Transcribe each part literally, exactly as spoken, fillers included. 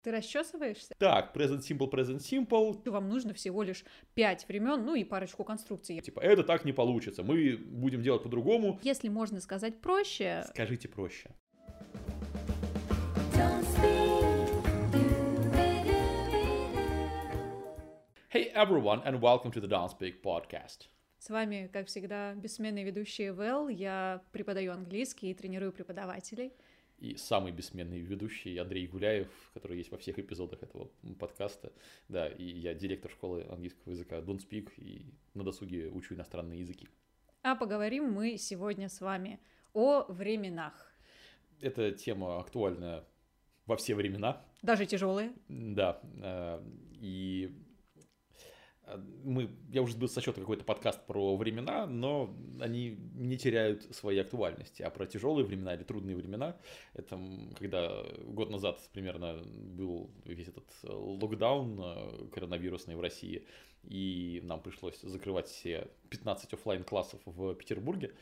Ты расчесываешься? Так, present simple, present simple. Вам нужно всего лишь пять времен, ну и парочку конструкций. Типа, это так не получится, мы будем делать по-другому. Если можно сказать проще... Скажите проще. Hey everyone, and welcome to the Don't Speak podcast. С вами, как всегда, бессменный ведущий Вэл. Я преподаю английский и тренирую преподавателей. И самый бессменный ведущий Андрей Гуляев, который есть во всех эпизодах этого подкаста. Да, и я директор школы английского языка Don't Speak, и на досуге учу иностранные языки. А поговорим мы сегодня с вами о временах. Эта тема актуальна во все времена. Даже тяжелые. Да, и... Мы, я уже сбил со счета какой-то подкаст про времена, но они не теряют своей актуальности. А про тяжелые времена или трудные времена, это когда год назад примерно был весь этот локдаун коронавирусный в России, и нам пришлось закрывать все пятнадцать офлайн классов в Петербурге.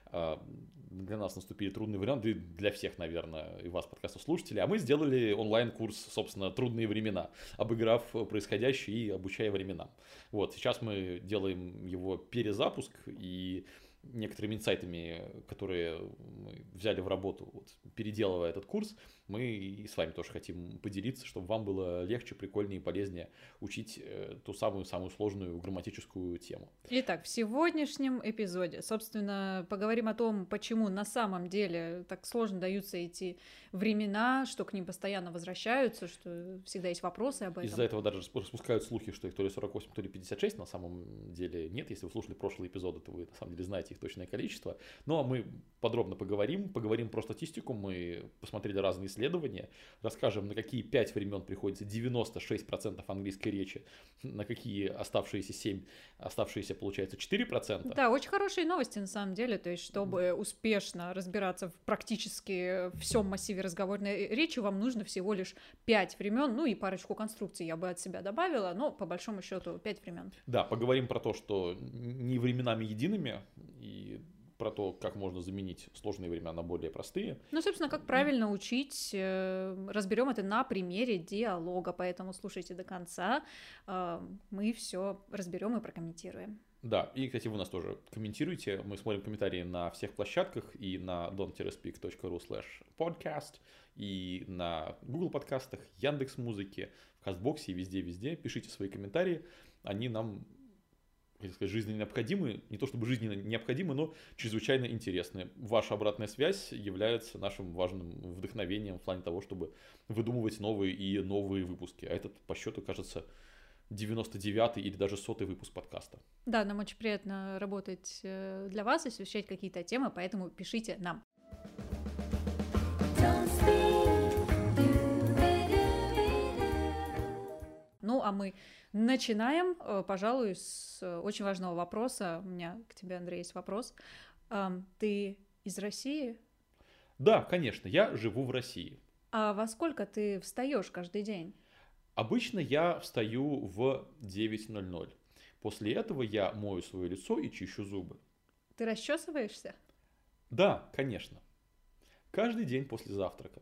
Для нас наступили трудные времена, и для всех, наверное, и вас, подкастослушателей. А мы сделали онлайн-курс, собственно, «Трудные времена», обыграв происходящее и обучая временам. Вот, сейчас мы делаем его перезапуск, и некоторыми инсайтами, которые мы взяли в работу, вот, переделывая этот курс, мы и с вами тоже хотим поделиться, чтобы вам было легче, прикольнее и полезнее учить э, ту самую-самую сложную грамматическую тему. Итак, в сегодняшнем эпизоде, собственно, поговорим о том, почему на самом деле так сложно даются эти времена, что к ним постоянно возвращаются, что всегда есть вопросы об этом. Из-за этого даже распускают слухи, что их то ли сорок восемь, то ли пятьдесят шесть, на самом деле нет. Если вы слушали прошлые эпизоды, то вы на самом деле знаете их точное количество. Ну а мы подробно поговорим, поговорим про статистику, мы посмотрели разные исследования, расскажем, на какие пять времен приходится девяносто шесть процентов английской речи, на какие оставшиеся семь, оставшиеся, получается, четыре процента. Да, очень хорошие новости на самом деле, то есть чтобы успешно разбираться в практически всем массиве разговорной речи, вам нужно всего лишь пять времен, ну и парочку конструкций я бы от себя добавила, но по большому счету пять времен. Да, поговорим про то, что не временами едиными, и про то, как можно заменить сложные времена на более простые. Ну, собственно, как правильно учить, разберем это на примере диалога, поэтому слушайте до конца, мы все разберем и прокомментируем. Да, и, кстати, вы нас тоже комментируйте, мы смотрим комментарии на всех площадках, и на don't-speak.ru slash podcast, и на Google подкастах, Яндекс.Музыке, в Кастбоксе и везде-везде. Пишите свои комментарии, они нам, как сказать, жизненно необходимы, не то чтобы жизненно необходимы, но чрезвычайно интересны. Ваша обратная связь является нашим важным вдохновением в плане того, чтобы выдумывать новые и новые выпуски. А этот, по счету, кажется, девяносто девятый или даже сотый выпуск подкаста. Да, нам очень приятно работать для вас, освещать какие-то темы, поэтому пишите нам. Ну, а мы начинаем, пожалуй, с очень важного вопроса. У меня к тебе, Андрей, есть вопрос. Ты из России? Да, конечно, я живу в России. А во сколько ты встаешь каждый день? Обычно я встаю в девять ноль ноль. После этого я мою свое лицо и чищу зубы. Ты расчесываешься? Да, конечно. Каждый день после завтрака.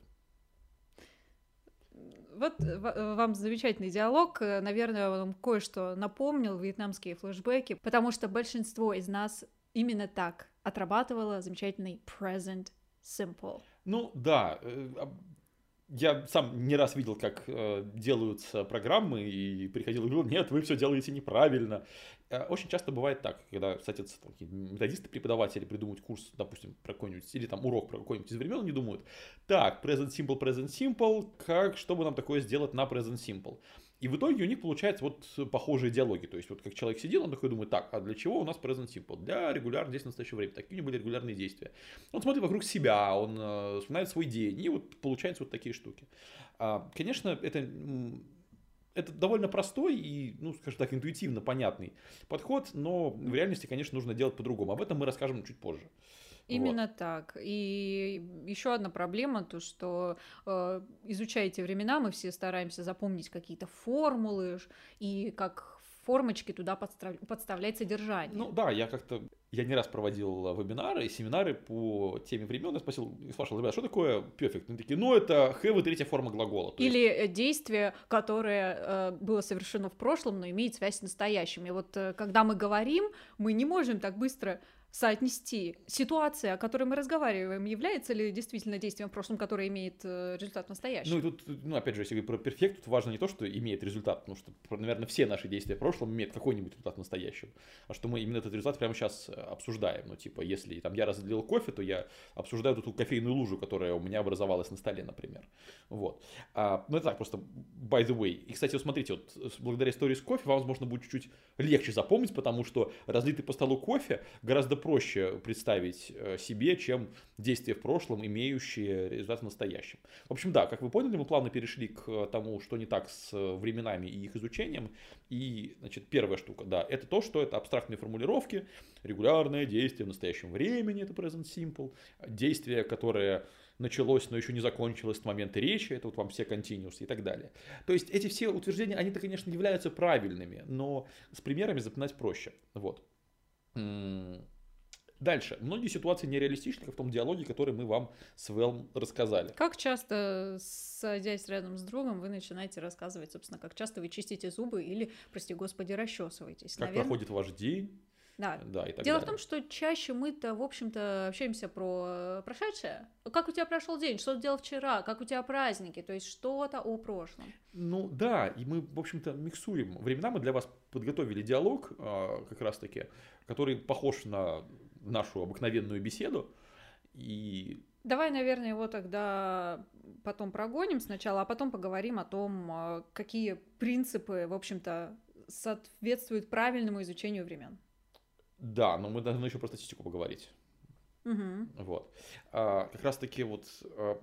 Вот вам замечательный диалог. Наверное, он вам кое-что напомнил, вьетнамские флешбеки, потому что большинство из нас именно так отрабатывало замечательный present simple. Ну да, я сам не раз видел, как делаются программы, и приходил и говорил: нет, вы все делаете неправильно. Очень часто бывает так, когда садятся такие методисты, преподаватели придумывают курс, допустим, про какой-нибудь, или там урок про какой-нибудь из времен, они думают: так, present simple, present simple, как, что бы нам такое сделать на present simple? И в итоге у них получается вот похожие диалоги. То есть вот как человек сидел, он такой думает: так, а для чего у нас present simple? Для регулярных действий в настоящее время. Такие у него были регулярные действия. Он смотрит вокруг себя, он э, вспоминает свой день, и вот получаются вот такие штуки. А, конечно, это... Это довольно простой и, ну, скажем так, интуитивно понятный подход, но в реальности, конечно, нужно делать по-другому. Об этом мы расскажем чуть позже. Именно Вот. так. И еще одна проблема, то что э, изучая эти времена, мы все стараемся запомнить какие-то формулы и как формочки туда подстав... подставлять содержание. Ну да, я как-то я не раз проводил вебинары и семинары по теме времен. Я спросил, спрашивал, ребята, что такое perfect? Они такие, ну, это have и третья форма глагола. Или есть... действие, которое э, было совершено в прошлом, но имеет связь с настоящим. И вот э, когда мы говорим, мы не можем так быстро соотнести ситуация, о которой мы разговариваем, является ли действительно действием в прошлом, которое имеет э, результат в настоящем. Ну, и тут, ну, опять же, если говорить про перфект, тут важно не то, что имеет результат, потому что, наверное, все наши действия в прошлом имеют какой-нибудь результат в настоящем, а что мы именно этот результат прямо сейчас обсуждаем. Ну, типа, если там я разлил кофе, то я обсуждаю эту кофейную лужу, которая у меня образовалась на столе, например. Вот. А, ну, это так, просто by the way. И, кстати, вот смотрите, вот благодаря истории с кофе вам, возможно, будет чуть-чуть легче запомнить, потому что разлитый по столу кофе гораздо проще представить себе, чем действия в прошлом, имеющие результат в настоящем. В общем, да, как вы поняли, мы плавно перешли к тому, что не так с временами и их изучением. И, значит, первая штука, да, это то, что это абстрактные формулировки, регулярное действие в настоящем времени, это present simple, действие, которое началось, но еще не закончилось с момента речи, это вот вам все continuous и так далее. То есть эти все утверждения, они-то, конечно, являются правильными, но с примерами запоминать проще. Вот. Дальше. Многие ситуации нереалистичны, как в том диалоге, который мы вам с Вэл рассказали. Как часто, садясь рядом с другом, вы начинаете рассказывать, собственно, как часто вы чистите зубы или, прости господи, расчесываетесь? Как Наверное... проходит ваш день? Да. Да, и так Дело далее. в том, что чаще мы-то, в общем-то, общаемся про прошедшее. Как у тебя прошел день, что ты делал вчера, как у тебя праздники, то есть что-то о прошлом. Ну да, и мы, в общем-то, миксуем. Времена мы для вас подготовили диалог, как раз-таки, который похож на нашу обыкновенную беседу. И... Давай, наверное, его тогда потом прогоним сначала, а потом поговорим о том, какие принципы, в общем-то, соответствуют правильному изучению времен. Да, но мы должны еще про статистику поговорить. Угу. Вот. А, как раз-таки вот а,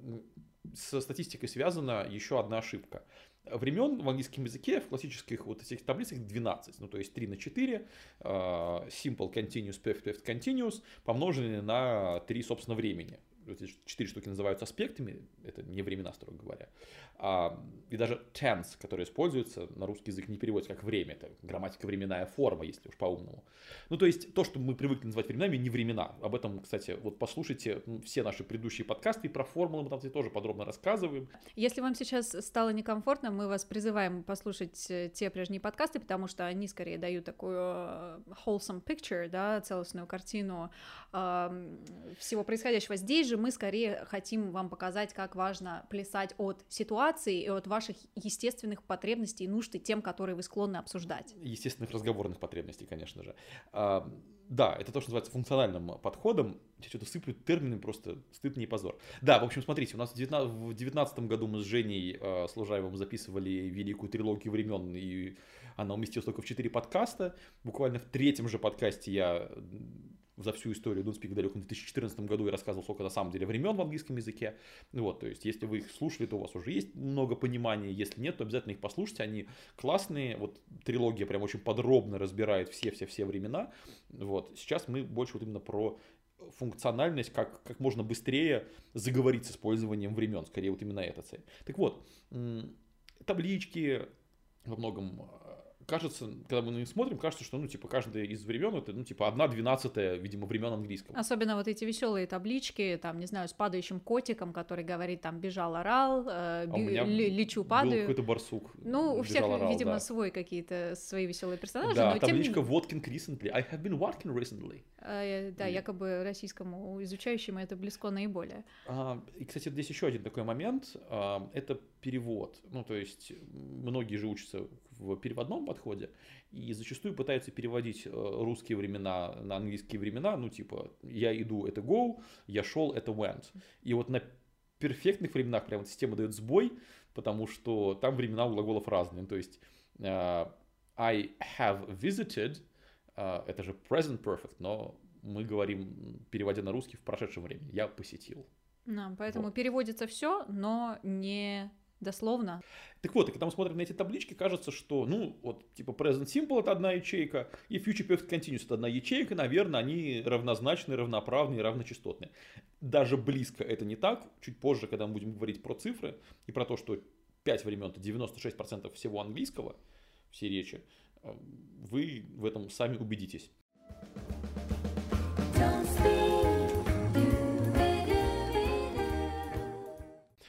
со статистикой связана еще одна ошибка. Времен в английском языке в классических вот этих таблицах двенадцать, ну то есть три на четыре, uh, simple, continuous, perfect, continuous, помноженные на три, собственно, времени. Эти четыре штуки называются аспектами, это не времена, строго говоря. А, и даже tense, который используется, на русский язык не переводится как время, это грамматика временная форма, если уж по-умному. Ну, то есть то, что мы привыкли называть временами, не времена. Об этом, кстати, вот послушайте все наши предыдущие подкасты, и про формулы мы там тоже подробно рассказываем. Если вам сейчас стало некомфортно, мы вас призываем послушать те прежние подкасты, потому что они скорее дают такую wholesome picture, да, целостную картину э, всего происходящего. Здесь же мы скорее хотим вам показать, как важно плясать от ситуации и от ваших естественных потребностей и нужд и тем, которые вы склонны обсуждать. Естественных разговорных потребностей, конечно же. А, да, это то, что называется функциональным подходом. Сейчас что-то сыплют термины, просто стыд не позор. Да, в общем, смотрите, у нас в девятнадцатом году мы с Женей э, Служаевым записывали великую трилогию времен, и она уместилась только в четыре подкаста. Буквально в третьем же подкасте я за всю историю Don't Speak далеком в две тысячи четырнадцатом году я рассказывал, сколько на самом деле времен в английском языке. Вот, то есть, если вы их слушали, то у вас уже есть много понимания. Если нет, то обязательно их послушайте. Они классные. Вот трилогия прям очень подробно разбирает все-все-все времена. Вот. Сейчас мы больше вот именно про функциональность, как, как можно быстрее заговорить с использованием времен. Скорее, вот именно эта цель. Так вот, таблички во многом... Кажется, когда мы на них смотрим, кажется, что, ну, типа, каждая из времен это, ну, типа, одна двенадцатая, видимо, времен английского. Особенно вот эти веселые таблички, там, не знаю, с падающим котиком, который говорит, там, бежал, орал, э, би- а лечу, падаю. Был какой-то барсук. Ну, у всех, орал, видимо, да. свой какие-то, свои веселые персонажи. Да, но табличка тем... working recently. I have been working recently. Э, да, и... якобы российскому изучающему это близко наиболее. А, и, кстати, здесь еще один такой момент. А, это перевод. Ну, то есть, многие же учатся в переводном подходе и зачастую пытаются переводить русские времена на английские времена, ну типа я иду это go, я шел это went. И вот на перфектных временах прям система дает сбой, потому что там времена у глаголов разные. То есть uh, I have visited, uh, это же present perfect, но мы говорим, переводя на русский, в прошедшем времени. Я посетил. Да, поэтому вот. Переводится все, но не дословно. Так вот, и когда мы смотрим на эти таблички, кажется, что, ну, вот, типа, present simple — это одна ячейка, и future perfect continuous — это одна ячейка, наверное, они равнозначны, равноправные, равночастотные. Даже близко это не так. Чуть позже, когда мы будем говорить про цифры и про то, что пять времен — это девяносто шесть процентов всего английского, всей речи, вы в этом сами убедитесь.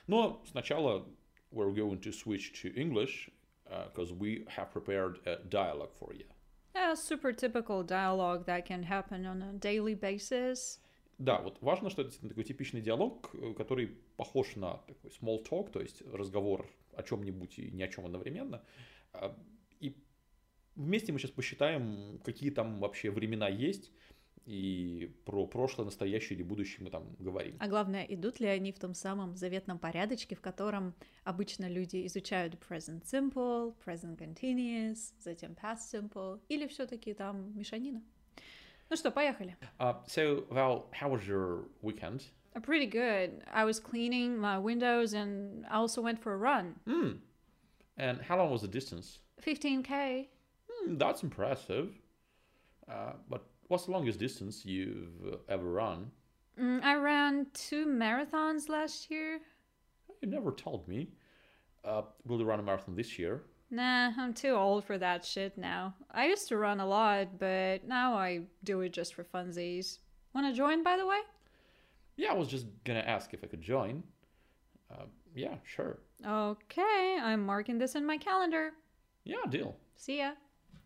Но сначала we're going to switch to English, because uh, we have prepared a dialogue for you. A super typical dialogue that can happen on a daily basis. Да, вот важно, что это такой типичный диалог, который похож на такой small talk, то есть разговор о чем-нибудь и ни о чем одновременно. И вместе мы сейчас посчитаем, какие там вообще времена есть, и про прошлое, настоящее или будущее мы там говорим. А главное, идут ли они в том самом заветном порядочке, в котором обычно люди изучают present simple, present continuous, затем past simple, или все-таки там мешанина? Ну что, поехали. Uh, so, Val, how was your weekend? Uh, pretty good. I was cleaning my windows and I also went for a run. Mm. And how long was the distance? fifteen K. Mm, that's impressive. Uh, but what's the longest distance you've uh, ever run? Mm, I ran two marathons last year. You never told me. Uh, will you run a marathon this year? Nah, I'm too old for that shit now. I used to run a lot, but now I do it just for funsies. Wanna join, by the way? Yeah, I was just gonna ask if I could join. Uh, yeah, sure. Okay, I'm marking this in my calendar. Yeah, deal. See ya.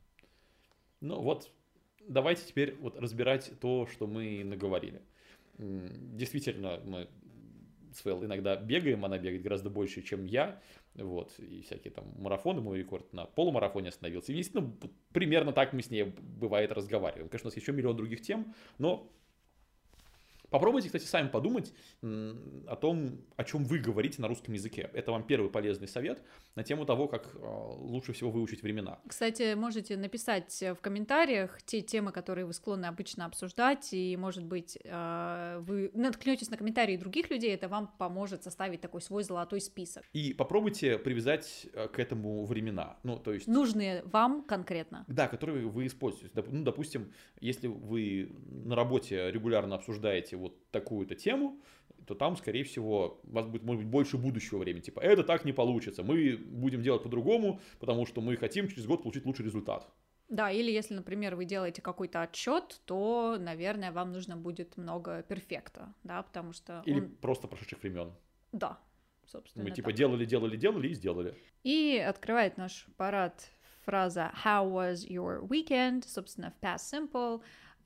Ну вот, давайте теперь вот разбирать то, что мы наговорили. Действительно, мы с Вэл иногда бегаем, она бегает гораздо больше, чем я. Вот, и всякие там марафоны, мой рекорд на полумарафоне остановился. И действительно, примерно так мы с ней, бывает, разговариваем. Конечно, у нас еще миллион других тем, но попробуйте, кстати, сами подумать о том, о чем вы говорите на русском языке. Это вам первый полезный совет на тему того, как лучше всего выучить времена. Кстати, можете написать в комментариях те темы, которые вы склонны обычно обсуждать, и, может быть, вы наткнетесь на комментарии других людей, это вам поможет составить такой свой золотой список. И попробуйте привязать к этому времена. Ну, то есть... Нужные вам конкретно. Да, которые вы используете. Ну, допустим, если вы на работе регулярно обсуждаете вот такую-то тему, то там, скорее всего, у вас будет, может быть, больше будущего времени. Типа, это так не получится, мы будем делать по-другому, потому что мы хотим через год получить лучший результат. Да, или если, например, вы делаете какой-то отчет, то, наверное, вам нужно будет много перфекта, да, потому что... Или он... просто прошедших времен. Да, собственно. Мы типа так. делали, делали, делали и сделали. И открывает наш парад фраза «How was your weekend?» Собственно, в past simple,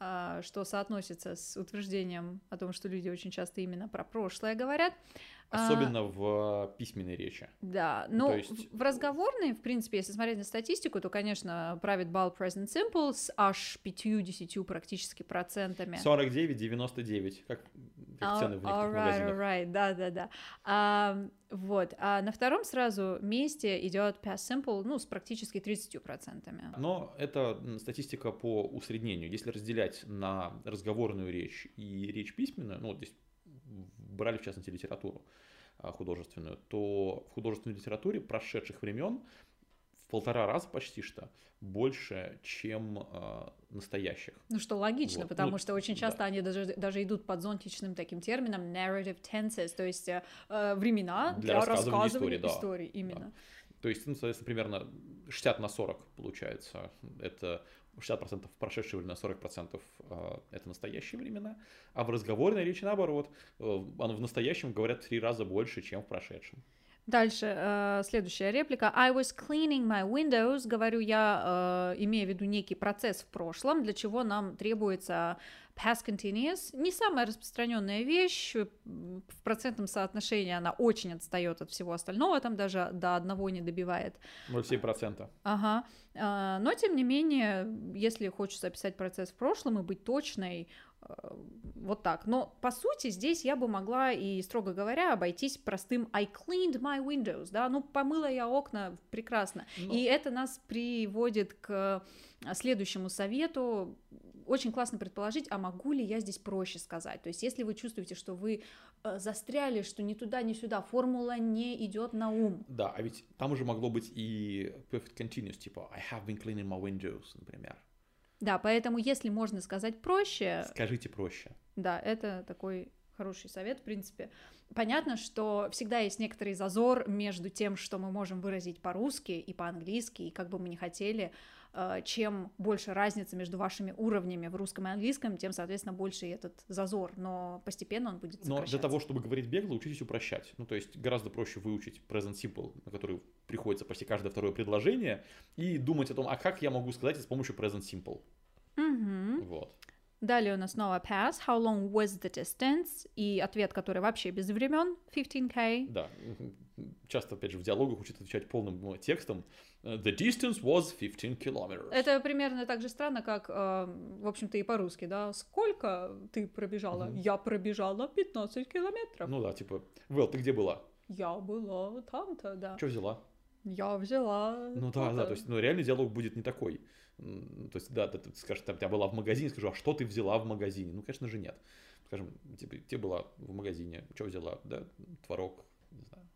что соотносится с утверждением о том, что люди очень часто именно про прошлое говорят. Особенно а, в письменной речи. Да, но то есть... в разговорной, в принципе, если смотреть на статистику, то, конечно, правит бал present simple с аж пятью-десятью практически процентами. сорок девять девяносто девять, как цены в некоторых all right, магазинах. All right, да-да-да. А, вот, а на втором сразу месте идет past simple, ну, с практически тридцатью процентами. Но это статистика по усреднению. Если разделять на разговорную речь и речь письменную, ну, вот здесь брали, в частности, литературу художественную, то в художественной литературе прошедших времен в полтора раза почти что больше, чем э, настоящих. Ну, что логично, вот. потому ну, что очень часто да. они даже, даже идут под зонтичным таким термином narrative tenses, то есть э, времена для, для рассказывания, рассказывания истории, истории да. именно. Да. То есть, ну, соответственно, примерно шестьдесят на сорок получается. Это шестьдесят процентов прошедшие времена, сорок процентов это настоящие времена. А в разговорной речи наоборот. В настоящем говорят в три раза больше, чем в прошедшем. Дальше, э, следующая реплика. I was cleaning my windows. Говорю я, э, имея в виду некий процесс в прошлом, для чего нам требуется past continuous. Не самая распространенная вещь. В процентном соотношении она очень отстает от всего остального. Там даже до одного не добивает. ноль целых семь десятых процента. Ага. Э, но, тем не менее, если хочется описать процесс в прошлом и быть точной, вот так. Но, по сути, здесь я бы могла и, строго говоря, обойтись простым I cleaned my windows, да, ну, помыла я окна, прекрасно. Но... И это нас приводит к следующему совету. Очень классно предположить, а могу ли я здесь проще сказать? То есть, если вы чувствуете, что вы застряли, что ни туда, ни сюда, формула не идет на ум. Да, а ведь там уже могло быть и perfect continuous, типа I have been cleaning my windows, например. Да, поэтому если можно сказать проще... Скажите проще. Да, это такой хороший совет, в принципе. Понятно, что всегда есть некоторый зазор между тем, что мы можем выразить по-русски и по-английски, и как бы мы ни хотели, чем больше разница между вашими уровнями в русском и английском, тем, соответственно, больше этот зазор, но постепенно он будет сокращаться. Но для того, чтобы говорить бегло, учитесь упрощать. Ну, то есть гораздо проще выучить present simple, на который приходится почти каждое второе предложение, и думать о том, а как я могу сказать это с помощью present simple. Угу. Вот. Далее у нас снова pass. How long was the distance? И ответ, который вообще без времен, fifteen k. Да, часто, опять же, в диалогах учат отвечать полным текстом. The distance was fifteen kilometers. Это примерно так же странно, как, э, в общем-то, и по-русски, да? Сколько ты пробежала? Uh-huh. Я пробежала пятнадцать километров. Ну да, типа, Вэл, ты где была? Я была там-то, да. Что взяла? Я взяла... Ну да, да, то есть, ну, реальный диалог будет не такой. То есть, да, ты, ты скажешь, там, я была в магазине, скажу, а что ты взяла в магазине? Ну, конечно же, нет. Скажем, типа, ты была в магазине, что взяла? Да, творог, не знаю.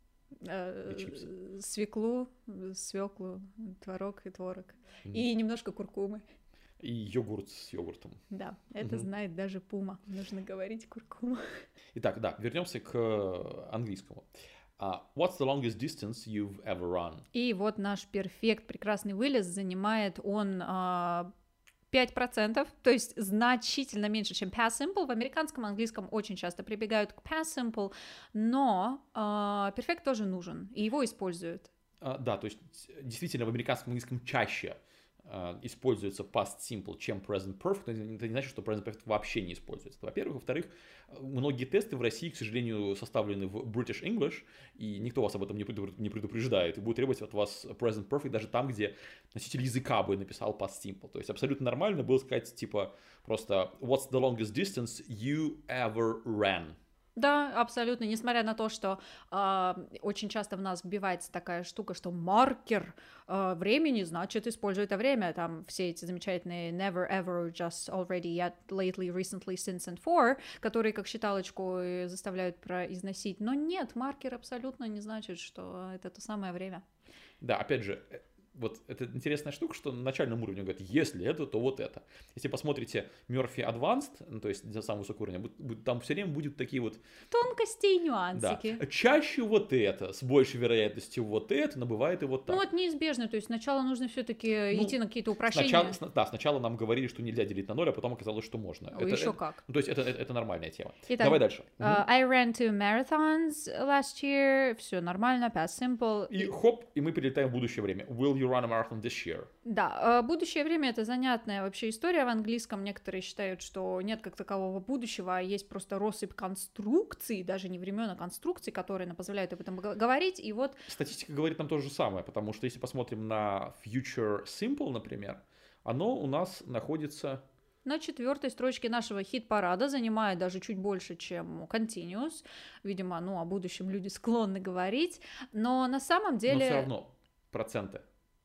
Э, свеклу, свеклу, творог и творог. Mm. И немножко куркумы. И йогурт с йогуртом. Да, это mm-hmm. знает даже Пума. Нужно говорить куркума. Итак, да, вернемся к английскому. Uh, what's the longest distance you've ever run? И вот наш перфект, прекрасный вылез, занимает он uh, пять процентов, то есть значительно меньше, чем past simple. В американском английском очень часто прибегают к past simple, но uh, перфект тоже нужен, и его используют. Uh, да, то есть действительно в американском английском чаще uh, используется past simple, чем present perfect. Это не значит, что present perfect вообще не используется. Во-первых. Во-вторых, многие тесты в России, к сожалению, составлены в British English, и никто вас об этом не предупреждает, и будет требовать от вас present perfect даже там, где носитель языка бы написал past simple. То есть абсолютно нормально было сказать, типа, просто what's the longest distance you ever ran? Да, абсолютно, несмотря на то, что э, очень часто в нас вбивается такая штука, что маркер э, времени значит используй это время, там все эти замечательные never, ever, just, already, yet, lately, recently, since and for, которые как считалочку заставляют произносить, но нет, маркер абсолютно не значит, что это то самое время. Да, опять же, вот это интересная штука, что на начальном уровне говорят, если это, то вот это. Если посмотрите Murphy Advanced, ну, то есть за самый высокий уровень, там все время будут такие вот... Тонкости и нюансики. Да. Чаще вот это, с большей вероятностью вот это, но бывает и вот так. Ну, это неизбежно, то есть сначала нужно все-таки ну, идти на какие-то упрощения. Сначала, да, сначала нам говорили, что нельзя делить на ноль, а потом оказалось, что можно. О, это, еще это, как. Ну, то есть это, это, это нормальная тема. Итак, давай дальше. Uh, I ran two marathons last year, все нормально, past simple. И хоп, и мы перелетаем в будущее время. Will you run a marathon this year? Да, будущее время — это занятная вообще история в английском. Некоторые считают, что нет как такового будущего, а есть просто россыпь конструкций, даже не времен, а конструкций, которые нам позволяют об этом говорить. И вот... Статистика говорит нам то же самое, потому что если посмотрим на future simple, например, оно у нас находится... На четвертой строчке нашего хит-парада, занимает даже чуть больше, чем continuous. Видимо, ну, о будущем люди склонны говорить, но на самом деле... Но все равно проценты.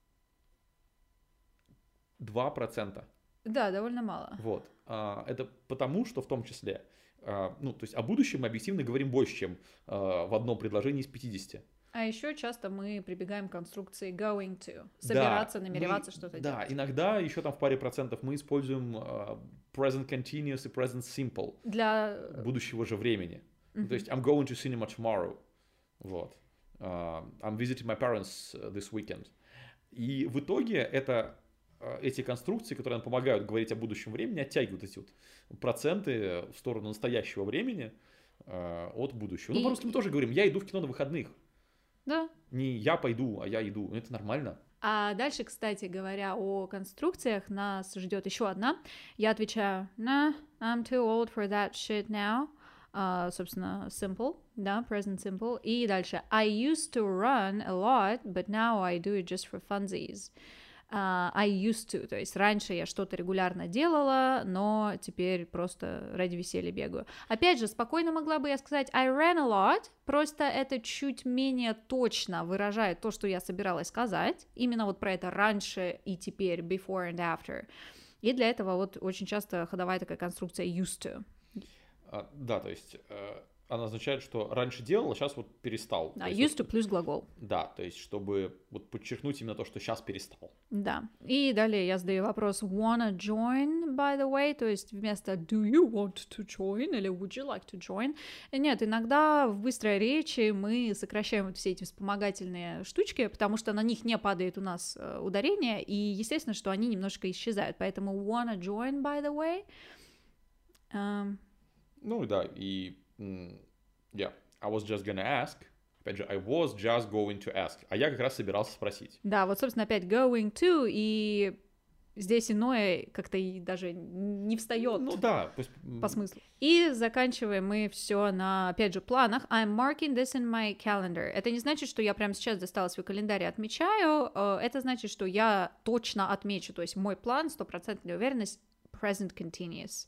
два процента. Да, довольно мало. Вот. Это потому, что в том числе, ну, то есть о будущем мы объективно говорим больше, чем в одном предложении из пятидесяти. А еще часто мы прибегаем к конструкции going to, собираться, да, намереваться мы, что-то да, делать. Да, иногда еще там в паре процентов мы используем present continuous и present simple для будущего же времени. Mm-hmm. То есть I'm going to cinema tomorrow. Вот. Uh, I'm visiting my parents this weekend. И в итоге это эти конструкции, которые нам помогают говорить о будущем времени, оттягивают эти вот проценты в сторону настоящего времени э, от будущего. И... Ну, по-русски мы тоже говорим, я иду в кино на выходных. Да. Не я пойду, а я иду. Это нормально. А дальше, кстати говоря, о конструкциях нас ждет еще одна. Я отвечаю, nah, I'm too old for that shit now. Uh, собственно, simple, да, present simple. И дальше, I used to run a lot, but now I do it just for funsies. Uh, I used to, то есть раньше я что-то регулярно делала, но теперь просто ради веселья бегаю. Опять же, спокойно могла бы я сказать I ran a lot, просто это чуть менее точно выражает то, что я собиралась сказать, именно вот про это раньше и теперь, before and after. И для этого вот очень часто ходовая такая конструкция used to. Uh, да, то есть uh, она означает, что раньше делал, а сейчас вот перестал. Да, есть used to вот, плюс глагол. Да, то есть чтобы вот подчеркнуть именно то, что сейчас перестал. Да. И далее я задаю вопрос wanna join, by the way, то есть вместо do you want to join или would you like to join. Нет, иногда в быстрой речи мы сокращаем вот все эти вспомогательные штучки, потому что на них не падает у нас ударение, и естественно, что они немножко исчезают. Поэтому wanna join, by the way. Um... Ну да, и yeah, I was just gonna ask. Опять же, I was just going to ask. А я как раз собирался спросить. Да, вот, собственно, опять going to, и здесь иное как-то и даже не встает. Ну да. Пусть... По смыслу. И заканчиваем мы все на, опять же, планах. I'm marking this in my calendar. Это не значит, что я прямо сейчас достала свой календарь и отмечаю. Это значит, что я точно отмечу. То есть мой план, стопроцентная уверенность, present continuous.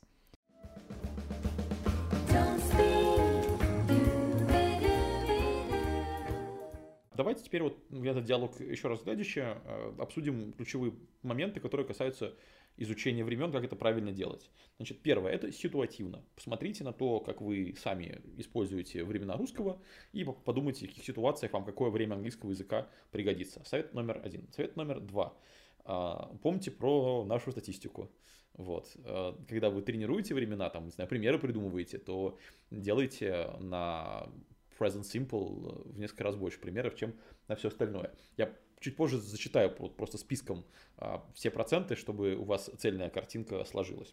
Давайте теперь вот этот диалог еще раз глядяще обсудим ключевые моменты, которые касаются изучения времен, как это правильно делать. Значит, первое, это ситуативно. Посмотрите на то, как вы сами используете времена русского, и подумайте, в каких ситуациях вам какое время английского языка пригодится. Совет номер один. Совет номер два. Помните про нашу статистику. Вот. Когда вы тренируете времена, там, не знаю, примеры придумываете, то делайте на present simple в несколько раз больше примеров, чем на все остальное. Я чуть позже зачитаю просто списком все проценты, чтобы у вас цельная картинка сложилась.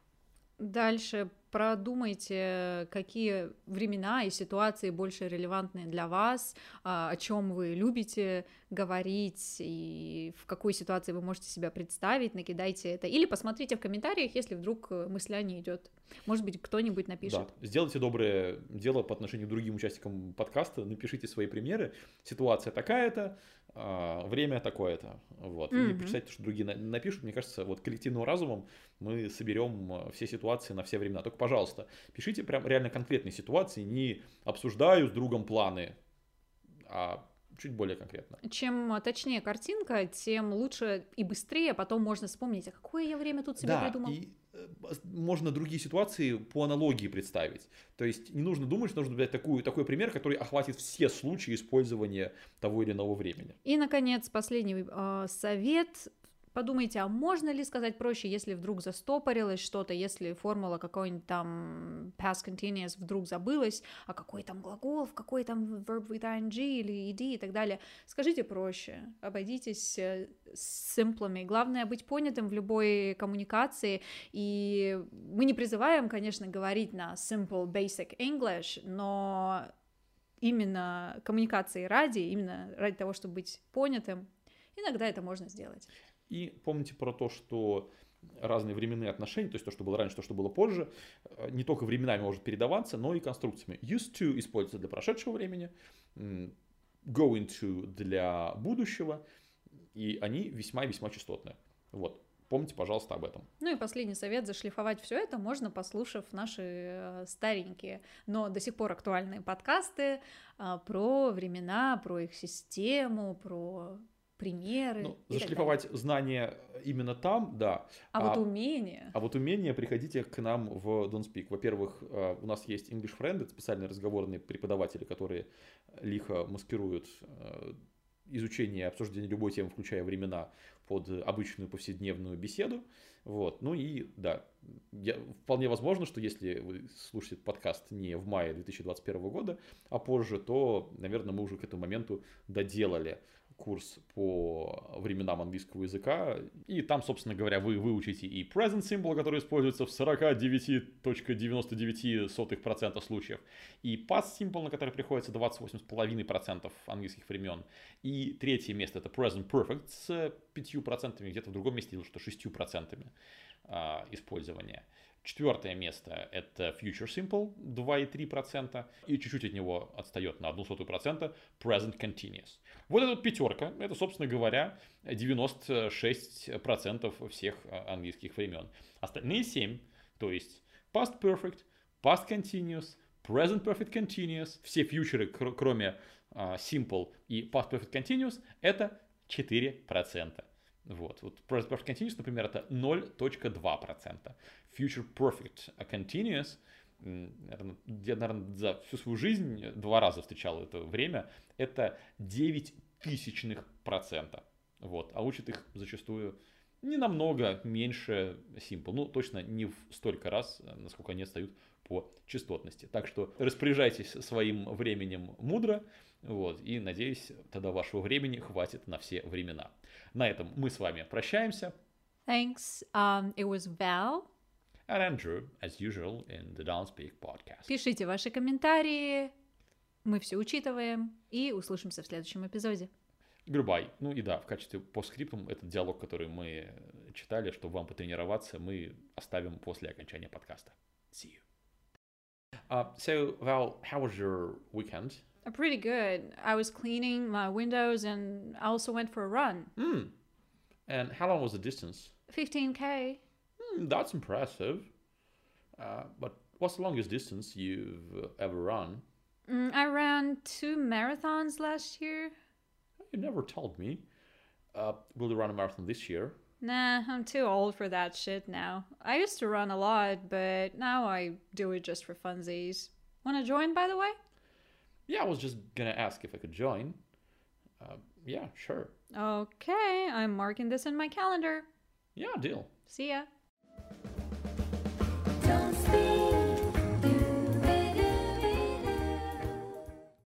Дальше продумайте, какие времена и ситуации больше релевантны для вас, о чем вы любите говорить и в какой ситуации вы можете себя представить, накидайте это. Или посмотрите в комментариях, если вдруг мысля не идет. Может быть, кто-нибудь напишет. Да, сделайте доброе дело по отношению к другим участникам подкаста, напишите свои примеры. Ситуация такая-то, время такое-то. Вот. Mm-hmm. И почитайте, что другие напишут. Мне кажется, вот коллективным разумом мы соберем все ситуации на все времена. Только, пожалуйста, пишите прям реально конкретные ситуации, не обсуждаю с другом планы, а чуть более конкретно. Чем точнее картинка, тем лучше и быстрее потом можно вспомнить, а какое я время тут себе да, придумал. И можно другие ситуации по аналогии представить. То есть не нужно думать, что нужно взять такую, такой пример, который охватит все случаи использования того или иного времени. И, наконец, последний э, совет. Подумайте, а можно ли сказать проще, если вдруг застопорилось что-то, если формула какой-нибудь там past continuous вдруг забылась, а какой там глагол, в какой там verb with ing или ed и так далее. Скажите проще, обойдитесь с симплами. Главное быть понятым в любой коммуникации, и мы не призываем, конечно, говорить на simple basic English, но именно коммуникации ради, именно ради того, чтобы быть понятым, иногда это можно сделать. И помните про то, что разные временные отношения, то есть то, что было раньше, то, что было позже, не только временами может передаваться, но и конструкциями. Used to используется для прошедшего времени, going to для будущего, и они весьма-весьма частотные. Вот. Помните, пожалуйста, об этом. Ну и последний совет: зашлифовать все это можно, послушав наши старенькие, но до сих пор актуальные подкасты про времена, про их систему, про примеры. Ну, зашлифовать знания именно там, да. А, а вот умение. А вот умение приходите к нам в Don't Speak. Во-первых, у нас есть English Friend, это специальные разговорные преподаватели, которые лихо маскируют изучение и обсуждение любой темы, включая времена, под обычную повседневную беседу. Вот. Ну и да, я, вполне возможно, что если вы слушаете подкаст не в мае две тысячи двадцать первого года, а позже, то, наверное, мы уже к этому моменту доделали курс по временам английского языка, и там, собственно говоря, вы выучите и present simple, который используется в сорок девять целых девяносто девять сотых процента случаев, и past simple, на который приходится двадцать восемь целых пять десятых процента английских времен, и третье место — это present perfect с пятью процентами, где-то в другом месте делают, что шестью процентами использования. Четвертое место — это Future Simple, два целых три десятых процента, и чуть-чуть от него отстает на одну сотую процента Present Continuous. Вот эта вот пятерка, это, собственно говоря, девяносто шесть процентов всех английских времен. Остальные семь, то есть Past Perfect, Past Continuous, Present Perfect Continuous, все фьючеры, кроме Simple и Past Perfect Continuous, это четыре процента. Вот. вот Present Perfect Continuous, например, это ноль целых два процента. Future Perfect Continuous наверное, я, наверное, за всю свою жизнь два раза встречал это время, это девять тысячных процента. Вот. А учат их зачастую не намного меньше Simple. Ну, точно не в столько раз, насколько они отстают по частотности. Так что распоряжайтесь своим временем мудро. Вот, и надеюсь, тогда вашего времени хватит на все времена. На этом мы с вами прощаемся. Thanks. Um, it was Val. And Andrew, as usual, in the Downspeak podcast. Пишите ваши комментарии. Мы все учитываем. И услышимся в следующем эпизоде. Goodbye. Ну и да, в качестве постскриптум этот диалог, который мы читали, чтобы вам потренироваться, мы оставим после окончания подкаста. See you. Uh, so, Val, how was your weekend? Uh, pretty good. I was cleaning my windows and I also went for a run. Hmm. And how long was the distance? fifteen K. Hmm, that's impressive. Uh, but what's the longest distance you've ever run? Mm, I ran two marathons last year. You never told me. Uh, will you run a marathon this year? Nah, I'm too old for that shit now. I used to run a lot, but now I do it just for funsies. Wanna join, by the way? Yeah, I was just gonna ask if I could join. Uh, yeah, sure. Okay, I'm marking this in my calendar. Yeah, deal. See ya.